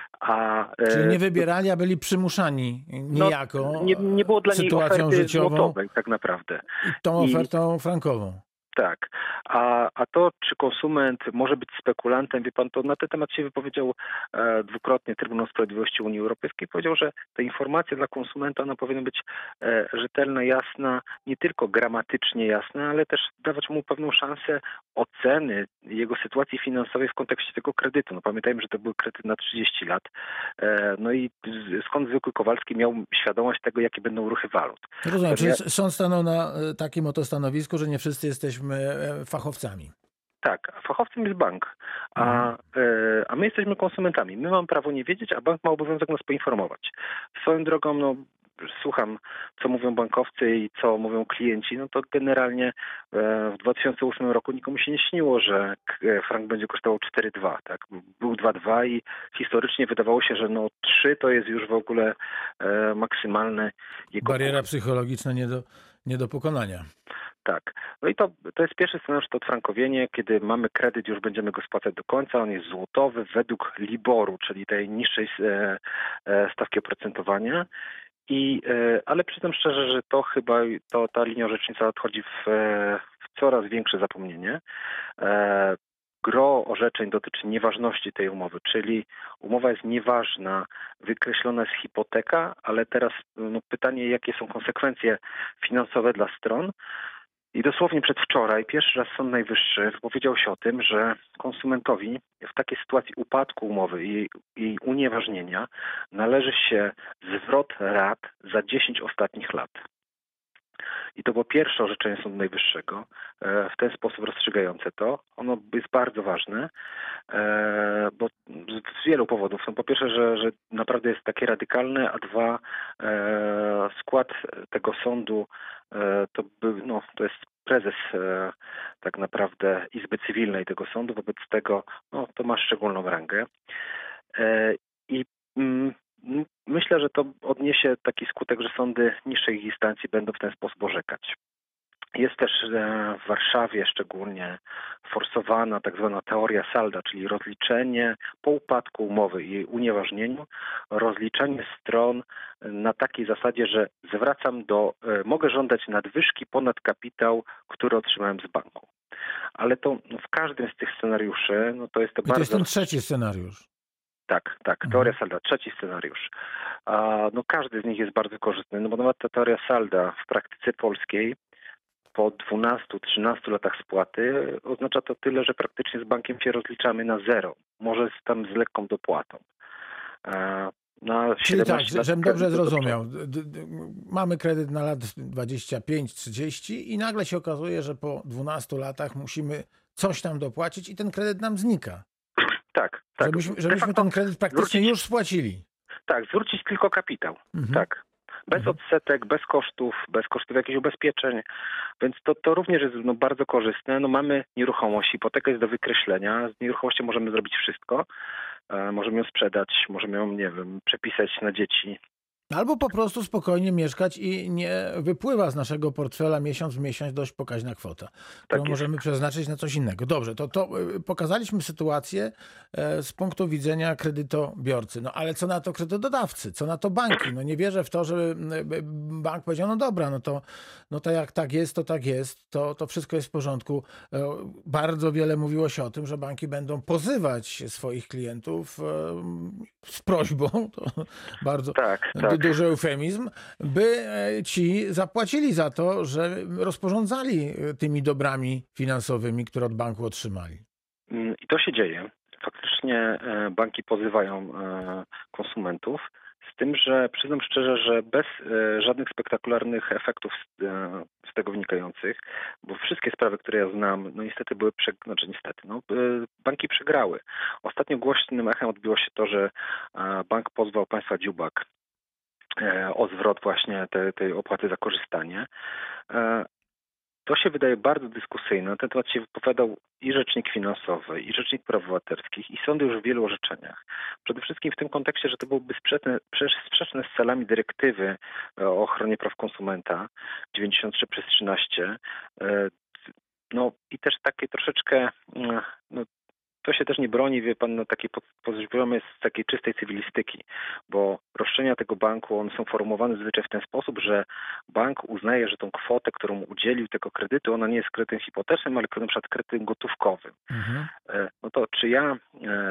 A, e, Czyli nie wybierali, a byli przymuszani niejako no, nie, nie było dla nich sytuacją oferty życiową złotowej tak naprawdę. i tą I- ofertą frankową. Tak, a, a to, czy konsument może być spekulantem, wie pan, to na ten temat się wypowiedział e, dwukrotnie Trybunał Sprawiedliwości Unii Europejskiej. Powiedział, że ta informacja dla konsumenta, ona powinna być e, rzetelna, jasna, nie tylko gramatycznie jasna, ale też dawać mu pewną szansę oceny jego sytuacji finansowej w kontekście tego kredytu. No pamiętajmy, że to był kredyt na trzydzieści lat. E, no i z- skąd zwykły Kowalski miał świadomość tego, jakie będą ruchy walut. Rozumiem, Pewnie- czyli sąd stanął na e, takim oto stanowisku, że nie wszyscy jesteśmy e, fachowcami. Tak, a fachowcem jest bank, a, e, a my jesteśmy konsumentami. My mamy prawo nie wiedzieć, a bank ma obowiązek nas poinformować. Swoją drogą, no, słucham, co mówią bankowcy i co mówią klienci, no to generalnie e, w dwa tysiące ósmym roku nikomu się nie śniło, że k- frank będzie kosztował cztery dwa, tak? Był dwa dwa i historycznie wydawało się, że no trzy to jest już w ogóle e, maksymalne jego Bariera psychologiczna nie do, nie do pokonania. Tak. No i to, to jest pierwszy scenariusz, to odfrankowienie, kiedy mamy kredyt, już będziemy go spłacać do końca. On jest złotowy według Liboru, czyli tej niższej e, e, stawki oprocentowania. I, e, ale przyznam szczerze, że to chyba to, ta linia orzecznicza odchodzi w, e, w coraz większe zapomnienie. E, Gro orzeczeń dotyczy nieważności tej umowy, czyli umowa jest nieważna, wykreślona jest hipoteka, ale teraz no, pytanie, jakie są konsekwencje finansowe dla stron. I dosłownie przedwczoraj pierwszy raz Sąd Najwyższy wypowiedział się o tym, że konsumentowi w takiej sytuacji upadku umowy i jej unieważnienia należy się zwrot rat za dziesięć ostatnich lat. I to było pierwsze orzeczenie Sądu Najwyższego, e, w ten sposób rozstrzygające to. Ono jest bardzo ważne, e, bo z wielu powodów. No, po pierwsze, że, że naprawdę jest takie radykalne, a dwa, e, skład tego sądu e, to, był, no, to jest prezes e, tak naprawdę Izby Cywilnej tego sądu, wobec tego no, to ma szczególną rangę. E, I mm, m, myślę, że to odniesie taki skutek, że sądy niższej instancji będą w ten sposób orzekać. Jest też e, w Warszawie szczególnie forsowana tak zwana teoria salda, czyli rozliczenie po upadku umowy i jej unieważnieniu, rozliczanie stron na takiej zasadzie, że zwracam do, e, mogę żądać nadwyżki ponad kapitał, który otrzymałem z banku. Ale to no, w każdym z tych scenariuszy, no to jest to I to bardzo... jest ten trzeci scenariusz. Tak, tak, teoria salda, trzeci scenariusz. A, no każdy z nich jest bardzo korzystny, no bo nawet ta teoria salda w praktyce polskiej po dwunastu trzynastu latach spłaty oznacza to tyle, że praktycznie z bankiem się rozliczamy na zero, może z, tam z lekką dopłatą. A, na Czyli tak, siedemnaście lat żebym dobrze kredytu do zrozumiał. D- d- Mamy kredyt na lat dwadzieścia pięć trzydzieści i nagle się okazuje, że po dwunastu latach musimy coś tam dopłacić i ten kredyt nam znika. Tak, tak. Żebyśmy, De żebyśmy facto ten kredyt praktycznie zwrócić- już spłacili. Tak, zwrócić tylko kapitał. Mhm. Tak. Bez Mhm. odsetek, bez kosztów, bez kosztów jakichś ubezpieczeń. Więc to, to również jest no, bardzo korzystne. No, mamy nieruchomość, hipoteka jest do wykreślenia. Z nieruchomością możemy zrobić wszystko. E, możemy ją sprzedać, możemy ją, nie wiem, przepisać na dzieci. Albo po prostu spokojnie mieszkać i nie wypływa z naszego portfela miesiąc w miesiąc dość pokaźna kwota, którą jest. możemy przeznaczyć na coś innego. Dobrze, to, to y, pokazaliśmy sytuację e, z punktu widzenia kredytobiorcy. No ale co na to kredytodawcy? Co na to banki? No nie wierzę w to, żeby y, bank powiedział, no dobra, no to, no to jak tak jest, to tak jest, to, to wszystko jest w porządku. E, Bardzo wiele mówiło się o tym, że banki będą pozywać swoich klientów e, z prośbą, to bardzo Tak, tak. duży eufemizm, by e, ci zapłacili za to, że rozporządzali e, tymi dobrami finansowymi, które od banku otrzymali. Mm, I I to się dzieje. Faktycznie e, banki pozywają e, konsumentów, z tym, że przyznam szczerze, że bez e, żadnych spektakularnych efektów z, e, z tego wynikających, bo wszystkie sprawy, które ja znam, no niestety były, prze, znaczy niestety, no, e, banki przegrały. Ostatnio głośnym echem odbiło się to, że e, bank pozwał państwa Dziubak e, o zwrot właśnie te, tej opłaty za korzystanie. E, To się wydaje bardzo dyskusyjne. Na ten temat się wypowiadał i Rzecznik Finansowy, i Rzecznik Praw Obywatelskich, i sądy już w wielu orzeczeniach. Przede wszystkim w tym kontekście, że to byłoby sprzeczne, sprzeczne z celami dyrektywy o ochronie praw konsumenta dziewięćdziesiąt trzy przez trzynaście. No i też takie troszeczkę, no, to się też nie broni, wie pan, no, takiej poziomy z takiej czystej cywilistyki, bo roszczenia tego banku, one są formułowane zazwyczaj w ten sposób, że bank uznaje, że tą kwotę, którą udzielił tego kredytu, ona nie jest kredytem hipotecznym, ale na przykład kredytem gotówkowym. Mhm. No to czy ja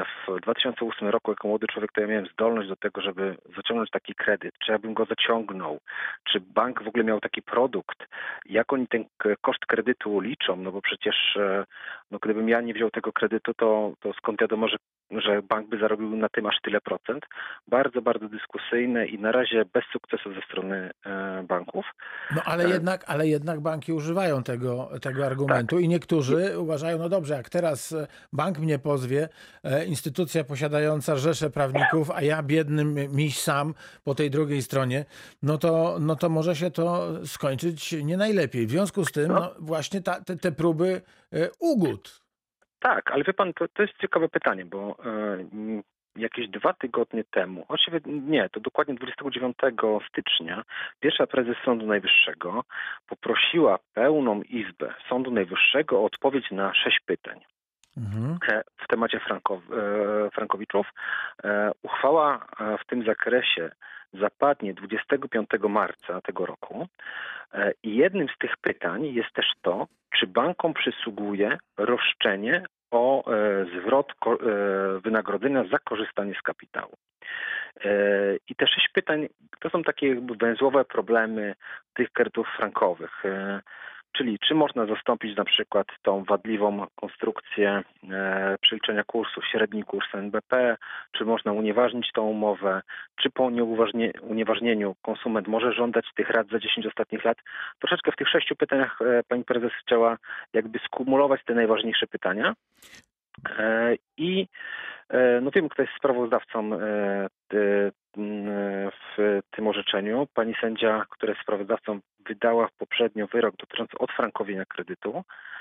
w dwa tysiące ósmym roku jako młody człowiek, to ja miałem zdolność do tego, żeby zaciągnąć taki kredyt, czy ja bym go zaciągnął, czy bank w ogóle miał taki produkt, jak oni ten koszt kredytu liczą, no bo przecież no gdybym ja nie wziął tego kredytu, to to skąd wiadomo, że, że bank by zarobił na tym aż tyle procent. Bardzo, bardzo dyskusyjne i na razie bez sukcesu ze strony e, banków. No ale e... jednak, ale jednak banki używają tego, tego argumentu tak. I niektórzy I... uważają, no dobrze, jak teraz bank mnie pozwie, e, instytucja posiadająca rzeszę prawników, a ja biedny miś sam po tej drugiej stronie, no to, no to może się to skończyć nie najlepiej. W związku z tym no. No, właśnie ta, te, te próby e, ugód. Tak, ale wie pan, to, to jest ciekawe pytanie, bo e, jakieś dwa tygodnie temu, właściwie nie, to dokładnie dwudziestego dziewiątego stycznia, pierwsza prezes Sądu Najwyższego poprosiła pełną izbę Sądu Najwyższego o odpowiedź na sześć pytań. Mhm. W temacie Frankow, e, Frankowiczów. E, uchwała w tym zakresie zapadnie dwudziestego piątego marca tego roku e, i jednym z tych pytań jest też to, czy bankom przysługuje roszczenie o e, zwrot ko, e, wynagrodzenia za korzystanie z kapitału. E, I te sześć pytań to są takie jakby węzłowe problemy tych kredytów frankowych. E, Czyli czy można zastąpić na przykład tą wadliwą konstrukcję e, przeliczenia kursu, średni kurs N B P, czy można unieważnić tą umowę, czy po nieuważnie, unieważnieniu konsument może żądać tych rat za dziesięć ostatnich lat. Troszeczkę w tych sześciu pytaniach e, pani prezes chciała jakby skumulować te najważniejsze pytania. E, I e, no wiem, kto jest sprawozdawcą e, te, w tym orzeczeniu. Pani sędzia, która jest sprawozdawcą, wydała poprzednio wyrok dotyczący odfrankowienia kredytu.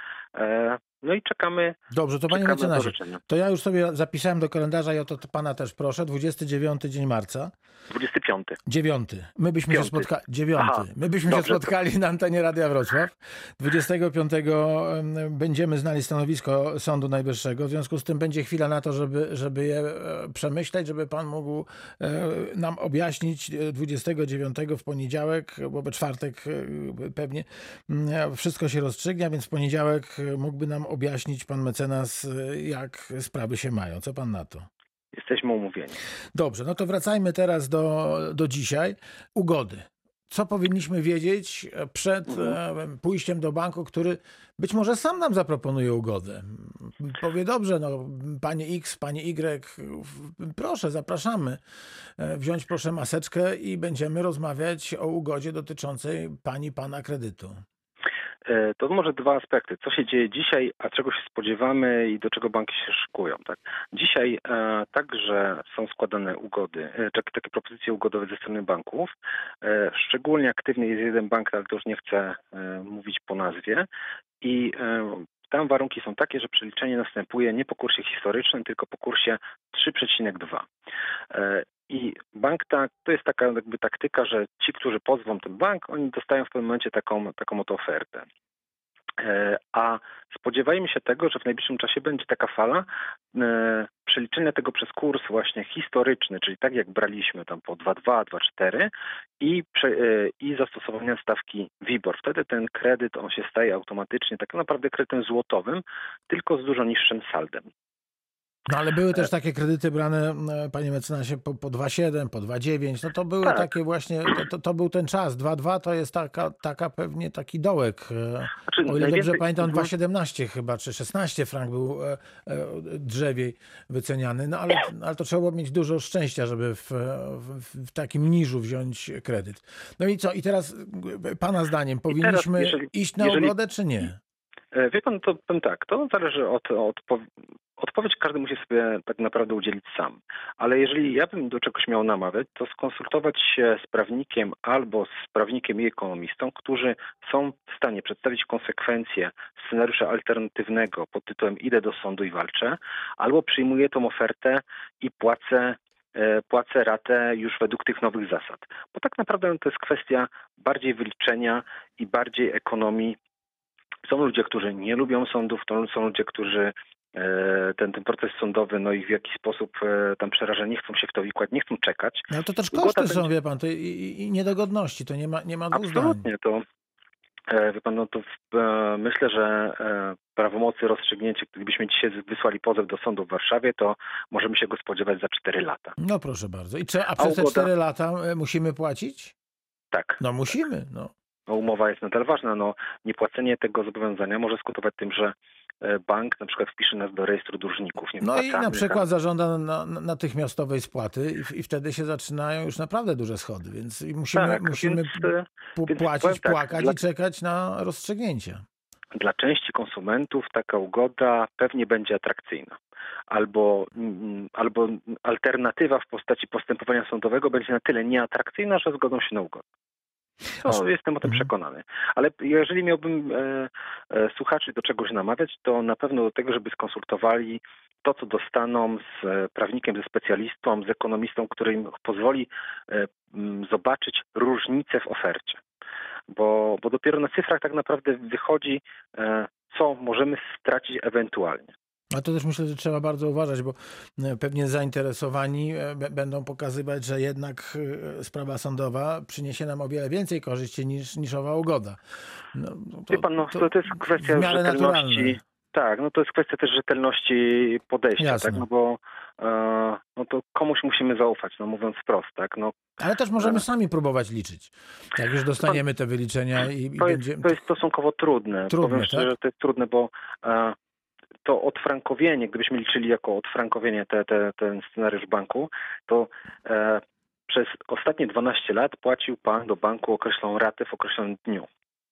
No i czekamy. Dobrze, to panie mecenasie, to ja już sobie zapisałem do kalendarza i o to pana też proszę. dwudziesty dziewiąty dzień marca. dwudziesty piąty. dziewiąty. My byśmy Piąty. się spotkali. dziewiąty. Aha. My byśmy Dobrze, się spotkali to... na antenie Radia Wrocław. dwudziestego piątego będziemy znali stanowisko Sądu Najwyższego. W związku z tym będzie chwila na to, żeby, żeby je przemyśleć, żeby pan mógł nam objaśnić dwudziestego dziewiątego w poniedziałek, bo we czwartek pewnie wszystko się rozstrzygnie, więc w poniedziałek mógłby nam objaśnić pan mecenas, jak sprawy się mają. Co pan na to? Jesteśmy umówieni. Dobrze, no to wracajmy teraz do, do dzisiaj. Ugody. Co powinniśmy wiedzieć przed mhm. pójściem do banku, który być może sam nam zaproponuje ugodę? Powie, dobrze, no panie X, panie Y, proszę, zapraszamy. Wziąć proszę maseczkę i będziemy rozmawiać o ugodzie dotyczącej pani, pana kredytu. To może dwa aspekty. Co się dzieje dzisiaj, a czego się spodziewamy i do czego banki się szykują. Tak? Dzisiaj e, także są składane ugody, e, takie propozycje ugodowe ze strony banków. E, szczególnie aktywny jest jeden bank, ale to już nie chcę e, mówić po nazwie. I e, tam warunki są takie, że przeliczenie następuje nie po kursie historycznym, tylko po kursie trzy przecinek dwa. E, I bank tak, to jest taka jakby taktyka, że ci, którzy pozwą ten bank, oni dostają w pewnym momencie taką, taką oto ofertę. A spodziewajmy się tego, że w najbliższym czasie będzie taka fala e, przeliczenia tego przez kurs właśnie historyczny, czyli tak jak braliśmy tam po dwa dwa, dwa cztery i, prze, e, i zastosowania stawki WIBOR. Wtedy ten kredyt, on się staje automatycznie tak naprawdę kredytem złotowym, tylko z dużo niższym saldem. No ale były też takie kredyty brane, e, panie mecenasie, po, po dwa siedem, po dwa dziewięć. No to były Tak. takie właśnie, to, to, to był ten czas. dwa dwa to jest taka, taka pewnie taki dołek. e, Znaczy, O ile dobrze najwięcej- pamiętam, Mhm. dwa siedemnaście chyba, czy szesnaście frank był e, e, drzewiej wyceniany. No ale, ale to trzeba było mieć dużo szczęścia, żeby w, w, w takim niżu wziąć kredyt. No i co? I teraz e, pana zdaniem powinniśmy jeżeli- iść na jeżeli- ugodę, czy nie? E, Wie pan, to powiem tak, to zależy od, od po- odpowiedź każdy musi sobie tak naprawdę udzielić sam. Ale jeżeli ja bym do czegoś miał namawiać, to skonsultować się z prawnikiem albo z prawnikiem i ekonomistą, którzy są w stanie przedstawić konsekwencje scenariusza alternatywnego pod tytułem idę do sądu i walczę, albo przyjmuję tą ofertę i płacę e, płacę ratę już według tych nowych zasad. Bo tak naprawdę to jest kwestia bardziej wyliczenia i bardziej ekonomii. Są ludzie, którzy nie lubią sądów, to są ludzie, którzy e, ten, ten proces sądowy, no i w jakiś sposób e, tam przeraża, nie chcą się w to wikłać, nie chcą czekać. No to też Ugoda koszty są, będzie- wie pan, to i, i, i niedogodności, to nie ma, nie ma dwóch zdań. Absolutnie, to e, wie pan, no to w, e, myślę, że e, prawomocne rozstrzygnięcie, gdybyśmy dzisiaj wysłali pozew do sądu w Warszawie, to możemy się go spodziewać za cztery lata. No proszę bardzo. I czy, a przez te ugoda? cztery lata e, musimy płacić? Tak. No musimy, no. No, umowa jest nadal ważna. No, niepłacenie tego zobowiązania może skutkować tym, że e, bank na przykład wpisze nas do rejestru dłużników. Nie No i wpłacamy, na przykład tak? zażąda na, na, natychmiastowej spłaty i, w- i wtedy się zaczynają już naprawdę duże schody, więc i musimy, Tak, musimy więc, e, pu- więc płacić, powiem tak, płakać dla- i czekać na rozstrzygnięcia. Dla części konsumentów taka ugoda pewnie będzie atrakcyjna. Albo, mm, albo alternatywa w postaci postępowania sądowego będzie na tyle nieatrakcyjna, że zgodzą się na ugodę. To Aż- jestem o tym Mhm. przekonany. Ale jeżeli miałbym e, e, słuchaczy do czegoś namawiać, to na pewno do tego, żeby skonsultowali to, co dostaną z e, prawnikiem, ze specjalistą, z ekonomistą, który im pozwoli e, m, zobaczyć różnice w ofercie. Bo, bo dopiero na cyfrach tak naprawdę wychodzi, e, co możemy stracić ewentualnie. A to też myślę, że trzeba bardzo uważać, bo e, pewnie zainteresowani e, b- będą pokazywać, że jednak e, sprawa sądowa przyniesie nam o wiele więcej korzyści niż, niż owa ugoda. No, to, Wie pan, no, to, to jest kwestia w miarę rzetelności. naturalne. Tak, no to jest kwestia też rzetelności podejścia, Jasne. tak? No bo e, no to komuś musimy zaufać, no mówiąc wprost, tak? No, Ale też możemy sami próbować liczyć. Jak już dostaniemy te wyliczenia i, i to, będzie... jest, to jest stosunkowo trudne. Trudne, Powiem tak? szczerze, że to jest trudne, bo e, to odfrankowienie, gdybyśmy liczyli jako odfrankowienie te, te, ten scenariusz banku, to e, przez ostatnie dwanaście lat płacił pan do banku określoną ratę w określonym dniu.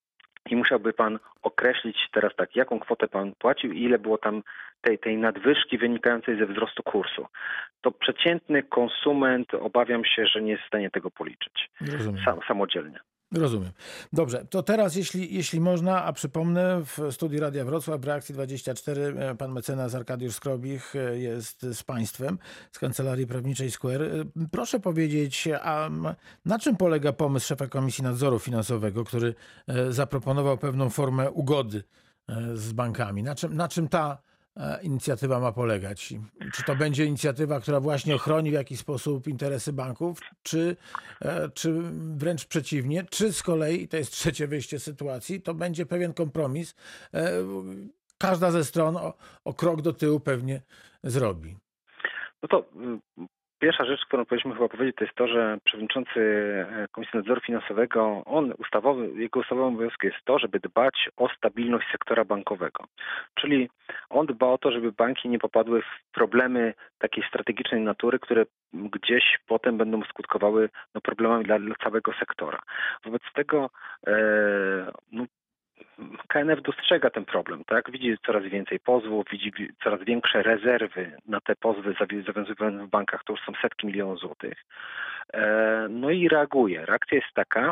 I musiałby pan określić teraz tak, jaką kwotę pan płacił i ile było tam tej, tej nadwyżki wynikającej ze wzrostu kursu. To przeciętny konsument, obawiam się, że nie jest w stanie tego policzyć Rozumiem. sam, samodzielnie. Rozumiem. Dobrze, to teraz jeśli, jeśli można, a przypomnę, w studiu Radia Wrocław w Reakcji dwadzieścia cztery e, pan mecenas Arkadiusz Skrobich e, jest z państwem, z Kancelarii Prawniczej Square. E, Proszę powiedzieć, a m, na czym polega pomysł szefa Komisji Nadzoru Finansowego, który e, zaproponował pewną formę ugody e, z bankami? Na czym, na czym ta e, inicjatywa ma polegać? Czy to będzie inicjatywa, która właśnie ochroni w jakiś sposób interesy banków, czy, e, czy wręcz przeciwnie, czy z kolei, i to jest trzecie wyjście z sytuacji, to będzie pewien kompromis. e, Każda ze stron o, o krok do tyłu pewnie zrobi. No to y, pierwsza rzecz, którą powinniśmy chyba powiedzieć, to jest to, że przewodniczący e, Komisji Nadzoru Finansowego, on ustawowy, jego ustawowym obowiązkiem jest to, żeby dbać o stabilność sektora bankowego. Czyli on dba o to, żeby banki nie popadły w problemy takiej strategicznej natury, które gdzieś potem będą skutkowały no, problemami dla, dla całego sektora. Wobec tego e, no, K N F dostrzega ten problem, tak? Widzi coraz więcej pozwów, widzi wi- coraz większe rezerwy na te pozwy zawi- zawiązywane w bankach, to już są setki milionów złotych. E, no i reaguje. Reakcja jest taka,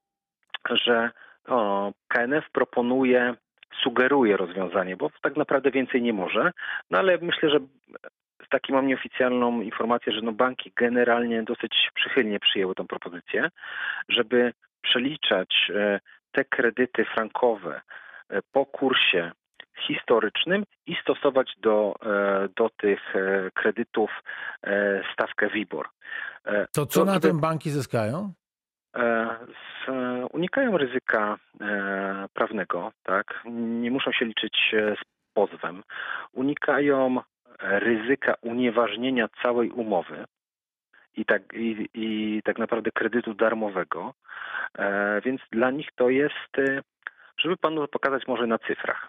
że o, K N F proponuje, sugeruje rozwiązanie, bo tak naprawdę więcej nie może, no ale myślę, że z taką mam nieoficjalną informację, że no banki generalnie dosyć przychylnie przyjęły tę propozycję, żeby przeliczać e, te kredyty frankowe e, po kursie historycznym i stosować do, e, do tych e, kredytów e, stawkę WIBOR. E, To co na żeby- tym banki zyskają? E, z, e, unikają ryzyka e, prawnego, tak? Nie muszą się liczyć e, z pozwem. Unikają ryzyka unieważnienia całej umowy i tak, i, i tak naprawdę kredytu darmowego, e, więc dla nich to jest, e, żeby panu pokazać może na cyfrach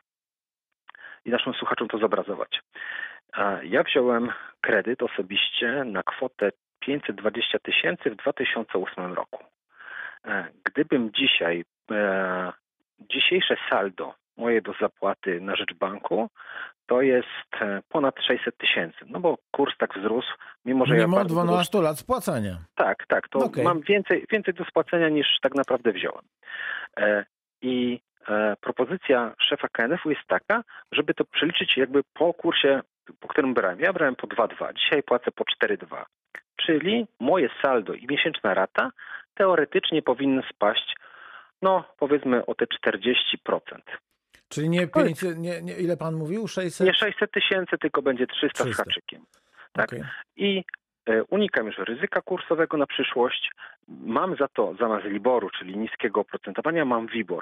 i naszym słuchaczom to zobrazować. E, ja wziąłem kredyt osobiście na kwotę pięćset dwadzieścia tysięcy w dwa tysiące ósmym roku. E, gdybym dzisiaj, e, dzisiejsze saldo moje do zapłaty na rzecz banku to jest e, ponad sześćset tysięcy, no bo kurs tak wzrósł, mimo że ja Mimo bardzo dużo- dwunastu lat spłacania. Tak, tak, to Okej. mam więcej, więcej do spłacenia niż tak naprawdę wziąłem. E, I e, propozycja szefa K N F u jest taka, żeby to przeliczyć jakby po kursie, po którym brałem. Ja brałem po dwa przecinek dwa, dzisiaj płacę po cztery przecinek dwa. Czyli moje saldo i miesięczna rata teoretycznie powinny spaść, no powiedzmy o te czterdzieści procent. Czyli nie pięćset, nie, nie, ile pan mówił? sześćset? Nie sześćset tysięcy, tylko będzie trzysta z trzysta. haczykiem. Tak. Okej. I e, unikam już ryzyka kursowego na przyszłość. Mam za to, zamiast Liboru, czyli niskiego oprocentowania, mam WIBOR.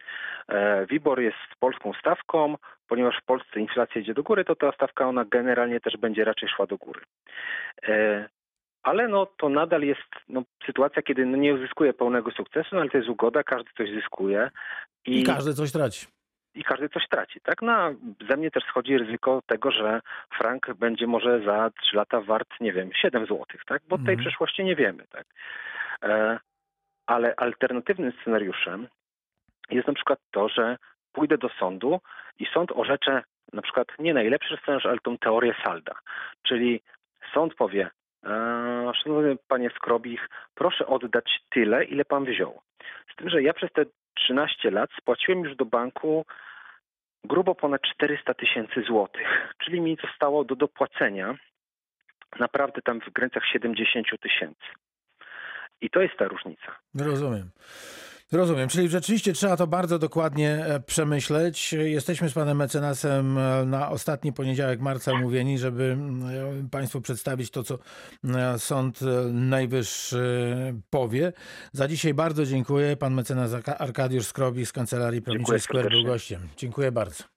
E, WIBOR jest polską stawką, ponieważ w Polsce inflacja idzie do góry, to ta stawka ona generalnie też będzie raczej szła do góry. E, ale no, to nadal jest no, sytuacja, kiedy no, nie uzyskuje pełnego sukcesu, no, ale to jest ugoda, każdy coś zyskuje. I każdy coś traci. I każdy coś traci, tak? No, a ze mnie też schodzi ryzyko tego, że frank będzie może za trzy lata wart, nie wiem, siedem złotych, tak? Bo tej Mhm. przyszłości nie wiemy, tak? E, ale alternatywnym scenariuszem jest na przykład to, że pójdę do sądu i sąd orzecze na przykład nie najlepszy scenariusz, ale tą teorię salda. Czyli sąd powie, e, szanowny panie Skrobich, proszę oddać tyle, ile pan wziął. Z tym, że ja przez te trzynaście lat spłaciłem już do banku grubo ponad czterysta tysięcy złotych, czyli mi zostało do dopłacenia naprawdę tam w granicach siedemdziesiąt tysięcy. I to jest ta różnica. Rozumiem. Rozumiem, czyli rzeczywiście trzeba to bardzo dokładnie e, przemyśleć. Jesteśmy z panem mecenasem e, na ostatni poniedziałek marca umówieni, żeby e, państwu przedstawić to, co e, Sąd e, Najwyższy powie. Za dzisiaj bardzo dziękuję. Pan mecenas Arka- Arkadiusz Skrobik z Kancelarii Prawniczej Dziękuję Square był serdecznie. gościem. Dziękuję bardzo.